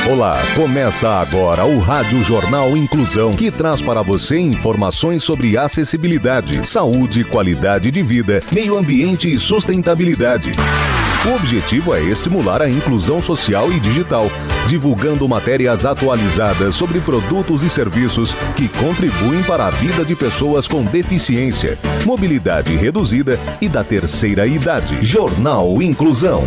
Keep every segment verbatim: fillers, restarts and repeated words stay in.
Olá, começa agora o Rádio Jornal Inclusão, que traz para você informações sobre acessibilidade, saúde, qualidade de vida, meio ambiente e sustentabilidade. O objetivo é estimular a inclusão social e digital, divulgando matérias atualizadas sobre produtos e serviços que contribuem para a vida de pessoas com deficiência, mobilidade reduzida e da terceira idade. Jornal Inclusão.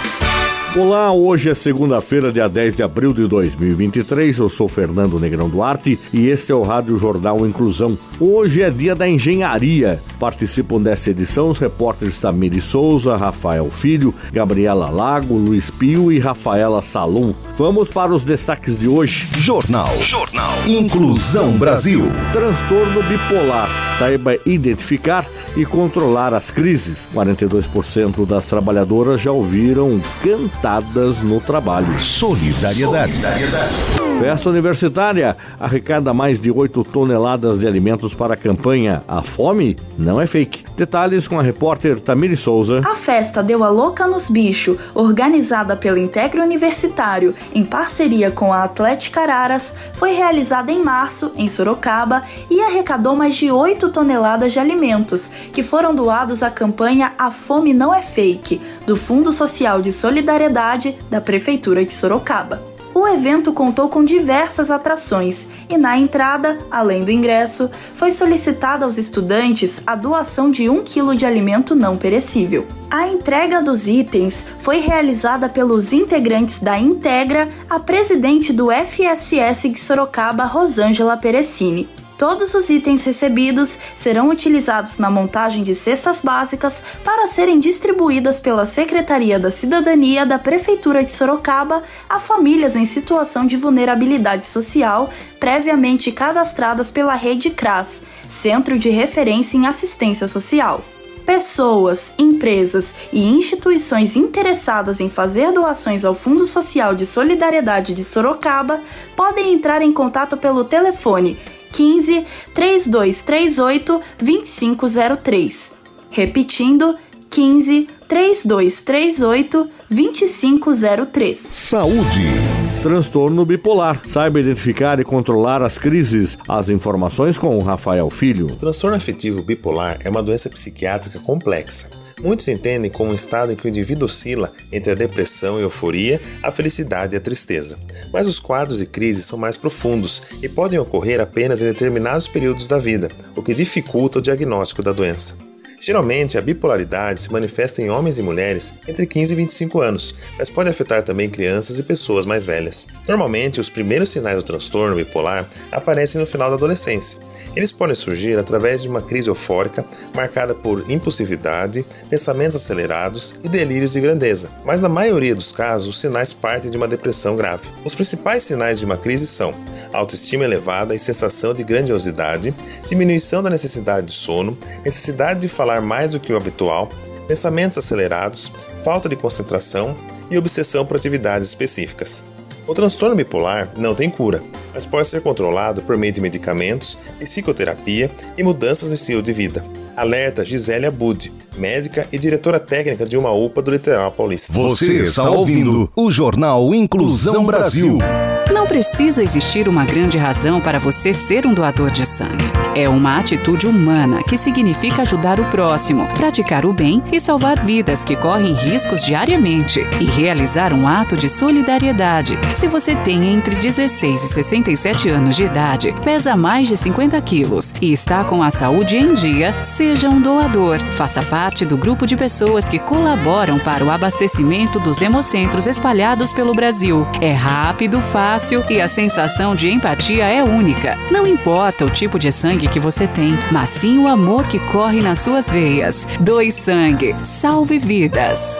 Olá, hoje é segunda-feira, dia dez de abril de dois mil e vinte e três. Eu sou Fernando Negrão Duarte e este é o Rádio Jornal Inclusão. Hoje é dia da engenharia. Participam dessa edição os repórteres Tamiri Souza, Rafael Filho, Gabriela Lago, Luiz Pio e Rafaela Salum. Vamos para os destaques de hoje. Jornal. Jornal. Inclusão Brasil. Transtorno bipolar. Saiba identificar e controlar as crises. quarenta e dois por cento das trabalhadoras já ouviram cantadas no trabalho. Solidariedade. Solidariedade. Festa Universitária arrecada mais de oito toneladas de alimentos para a campanha A Fome Não é Fake. Detalhes com a repórter Tamiri Souza. A festa deu a louca nos bichos, organizada pelo Integre Universitário em parceria com a Atlética Araras, foi realizada em março, em Sorocaba, e arrecadou mais de oito toneladas de alimentos, que foram doados à campanha A Fome Não é Fake, do Fundo Social de Solidariedade da Prefeitura de Sorocaba. O evento contou com diversas atrações e, na entrada, além do ingresso, foi solicitada aos estudantes a doação de um quilo de alimento não perecível. A entrega dos itens foi realizada pelos integrantes da Integra, a presidente do F S S de Sorocaba, Rosângela Perecini. Todos os itens recebidos serão utilizados na montagem de cestas básicas para serem distribuídas pela Secretaria da Cidadania da Prefeitura de Sorocaba a famílias em situação de vulnerabilidade social previamente cadastradas pela Rede CRAS, Centro de Referência em Assistência Social. Pessoas, empresas e instituições interessadas em fazer doações ao Fundo Social de Solidariedade de Sorocaba podem entrar em contato pelo telefone quinze, trinta e dois trinta e oito, vinte e cinco zero três. Repetindo, quinze, trinta e dois trinta e oito, vinte e cinco zero três. Saúde. Transtorno bipolar. Saiba identificar e controlar as crises. As informações com o Rafael Filho. O transtorno afetivo bipolar é uma doença psiquiátrica complexa. Muitos entendem como um estado em que o indivíduo oscila entre a depressão e a euforia, a felicidade e a tristeza. Mas os quadros e crises são mais profundos e podem ocorrer apenas em determinados períodos da vida, o que dificulta o diagnóstico da doença. Geralmente, a bipolaridade se manifesta em homens e mulheres entre quinze e vinte e cinco anos, mas pode afetar também crianças e pessoas mais velhas. Normalmente, os primeiros sinais do transtorno bipolar aparecem no final da adolescência. Eles podem surgir através de uma crise eufórica, marcada por impulsividade, pensamentos acelerados e delírios de grandeza. Mas na maioria dos casos, os sinais partem de uma depressão grave. Os principais sinais de uma crise são autoestima elevada e sensação de grandiosidade, diminuição da necessidade de sono, necessidade de falar mais do que o habitual, pensamentos acelerados, falta de concentração e obsessão por atividades específicas. O transtorno bipolar não tem cura, mas pode ser controlado por meio de medicamentos, psicoterapia e mudanças no estilo de vida. Alerta Gisélia Budi, médica e diretora técnica de uma U P A do Litoral Paulista. Você está ouvindo o Jornal Inclusão Brasil. Não precisa existir uma grande razão para você ser um doador de sangue. É uma atitude humana que significa ajudar o próximo, praticar o bem e salvar vidas que correm riscos diariamente e realizar um ato de solidariedade. Se você tem entre dezesseis e sessenta e sete anos de idade, pesa mais de cinquenta quilos e está com a saúde em dia, seja um doador. Faça parte do grupo de pessoas que colaboram para o abastecimento dos hemocentros espalhados pelo Brasil. É rápido, fácil e a sensação de empatia é única. Não importa o tipo de sangue que você tem, mas sim o amor que corre nas suas veias. Doe sangue, salve vidas.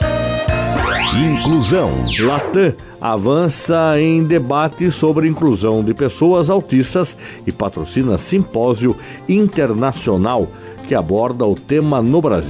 Inclusão. Latam avança em debate sobre inclusão de pessoas autistas e patrocina simpósio internacional que aborda o tema no Brasil.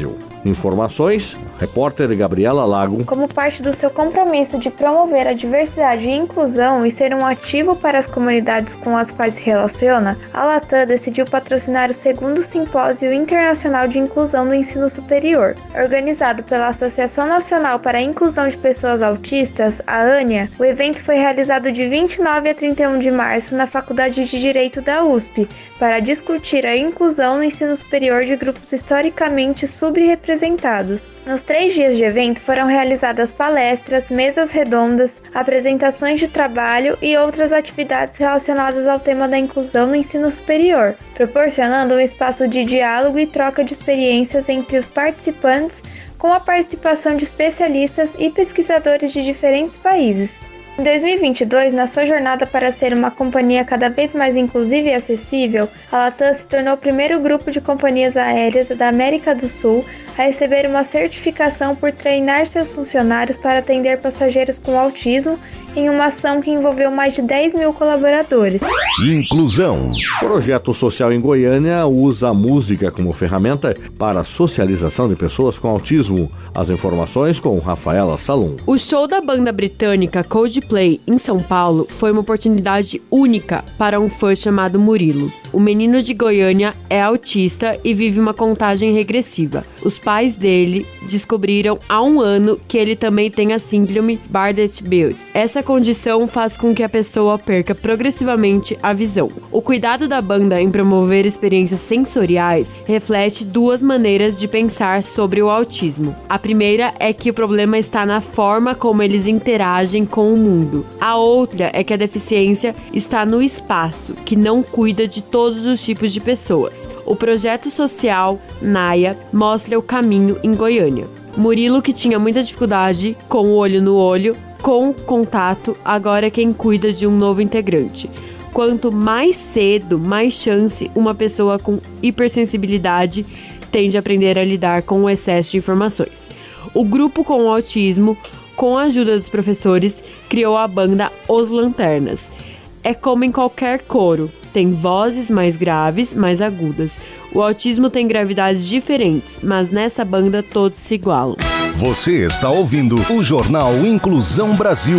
Informações, repórter Gabriela Lago. Como parte do seu compromisso de promover a diversidade e inclusão e ser um ativo para as comunidades com as quais se relaciona, a Latam decidiu patrocinar o segundo Simpósio Internacional de Inclusão no Ensino Superior. Organizado pela Associação Nacional para a Inclusão de Pessoas Autistas, a ANIA, o evento foi realizado de vinte e nove a trinta e um de março na Faculdade de Direito da U S P, para discutir a inclusão no ensino superior de grupos historicamente subrepresentados. Nos três dias de evento foram realizadas palestras, mesas redondas, apresentações de trabalho e outras atividades relacionadas ao tema da inclusão no ensino superior, proporcionando um espaço de diálogo e troca de experiências entre os participantes, com a participação de especialistas e pesquisadores de diferentes países. Em dois mil e vinte e dois, na sua jornada para ser uma companhia cada vez mais inclusiva e acessível, a Latam se tornou o primeiro grupo de companhias aéreas da América do Sul a receber uma certificação por treinar seus funcionários para atender passageiros com autismo em uma ação que envolveu mais de dez mil colaboradores. Inclusão. O projeto social em Goiânia usa a música como ferramenta para a socialização de pessoas com autismo. As informações com Rafaela Salum. O show da banda britânica Coldplay em São Paulo foi uma oportunidade única para um fã chamado Murilo. O menino de Goiânia é autista e vive uma contagem regressiva. Os pais dele descobriram há um ano que ele também tem a síndrome Bardet-Biedl. Essa condição faz com que a pessoa perca progressivamente a visão. O cuidado da banda em promover experiências sensoriais reflete duas maneiras de pensar sobre o autismo. A primeira é que o problema está na forma como eles interagem com o mundo. A outra é que a deficiência está no espaço, que não cuida de todos os tipos de pessoas. O projeto social Naya mostra o caminho em Goiânia. Murilo, que tinha muita dificuldade com o olho no olho, com contato, agora é quem cuida de um novo integrante. Quanto mais cedo, mais chance uma pessoa com hipersensibilidade tende a aprender a lidar com o excesso de informações. O grupo com autismo, com a ajuda dos professores, criou a banda Os Lanternas. É como em qualquer coro, tem vozes mais graves, mais agudas. O autismo tem gravidades diferentes, mas nessa banda todos se igualam. Você está ouvindo o Jornal Inclusão Brasil.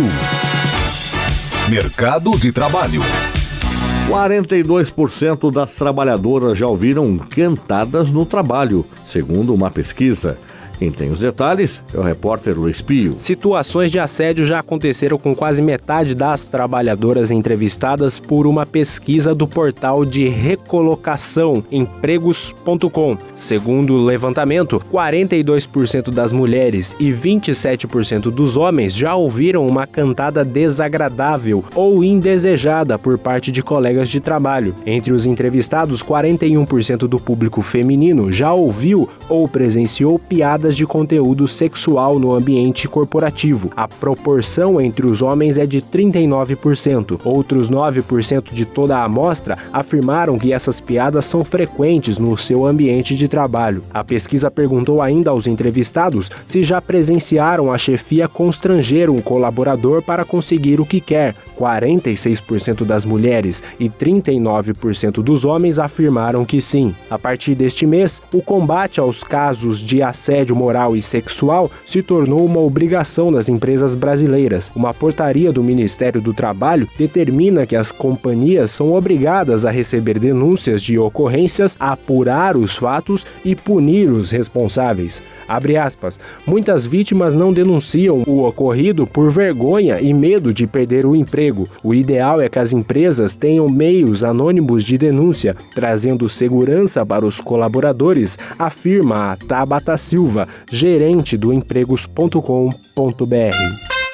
Mercado de trabalho. quarenta e dois por cento das trabalhadoras já ouviram cantadas no trabalho, segundo uma pesquisa. Quem tem os detalhes é o repórter Luiz Pio. Situações de assédio já aconteceram com quase metade das trabalhadoras entrevistadas por uma pesquisa do portal de recolocação empregos ponto com. Segundo o levantamento, quarenta e dois por cento das mulheres e vinte e sete por cento dos homens já ouviram uma cantada desagradável ou indesejada por parte de colegas de trabalho. Entre os entrevistados, quarenta e um por cento do público feminino já ouviu ou presenciou piadas de conteúdo sexual no ambiente corporativo. A proporção entre os homens é de trinta e nove por cento. Outros nove por cento de toda a amostra afirmaram que essas piadas são frequentes no seu ambiente de trabalho. A pesquisa perguntou ainda aos entrevistados se já presenciaram a chefia constranger um colaborador para conseguir o que quer. quarenta e seis por cento das mulheres e trinta e nove por cento dos homens afirmaram que sim. A partir deste mês, o combate aos casos de assédio moral e sexual se tornou uma obrigação das empresas brasileiras. Uma portaria do Ministério do Trabalho determina que as companhias são obrigadas a receber denúncias de ocorrências, apurar os fatos e punir os responsáveis. Abre aspas. Muitas vítimas não denunciam o ocorrido por vergonha e medo de perder o emprego. O ideal é que as empresas tenham meios anônimos de denúncia, trazendo segurança para os colaboradores, afirma a Tabata Silva, gerente do empregos ponto com ponto b r.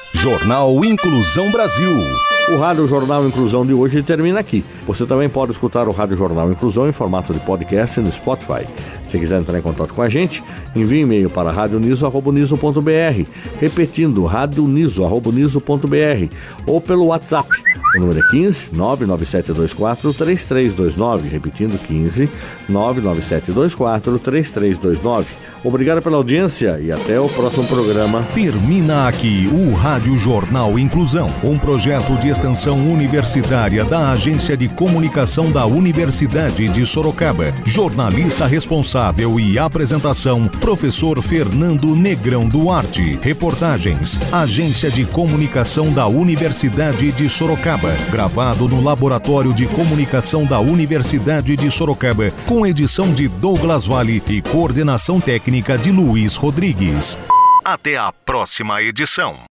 Jornal Inclusão Brasil. O Rádio Jornal Inclusão de hoje termina aqui. Você também pode escutar o Rádio Jornal Inclusão em formato de podcast no Spotify. Se quiser entrar em contato com a gente, envie e-mail para radioniso arroba niso ponto b r, repetindo radioniso arroba niso ponto b r, ou pelo WhatsApp. O número é quinze, nove nove sete dois quatro, três três dois nove, repetindo quinze, nove nove sete dois quatro, três três dois nove. Obrigado pela audiência e até o próximo programa. Termina aqui o Rádio Jornal Inclusão, um projeto de extensão universitária da Agência de Comunicação da Universidade de Sorocaba. Jornalista responsável e apresentação, professor Fernando Negrão Duarte. Reportagens, Agência de Comunicação da Universidade de Sorocaba. Gravado no Laboratório de Comunicação da Universidade de Sorocaba, com edição de Douglas Vale e coordenação técnica de Luiz Rodrigues. Até a próxima edição.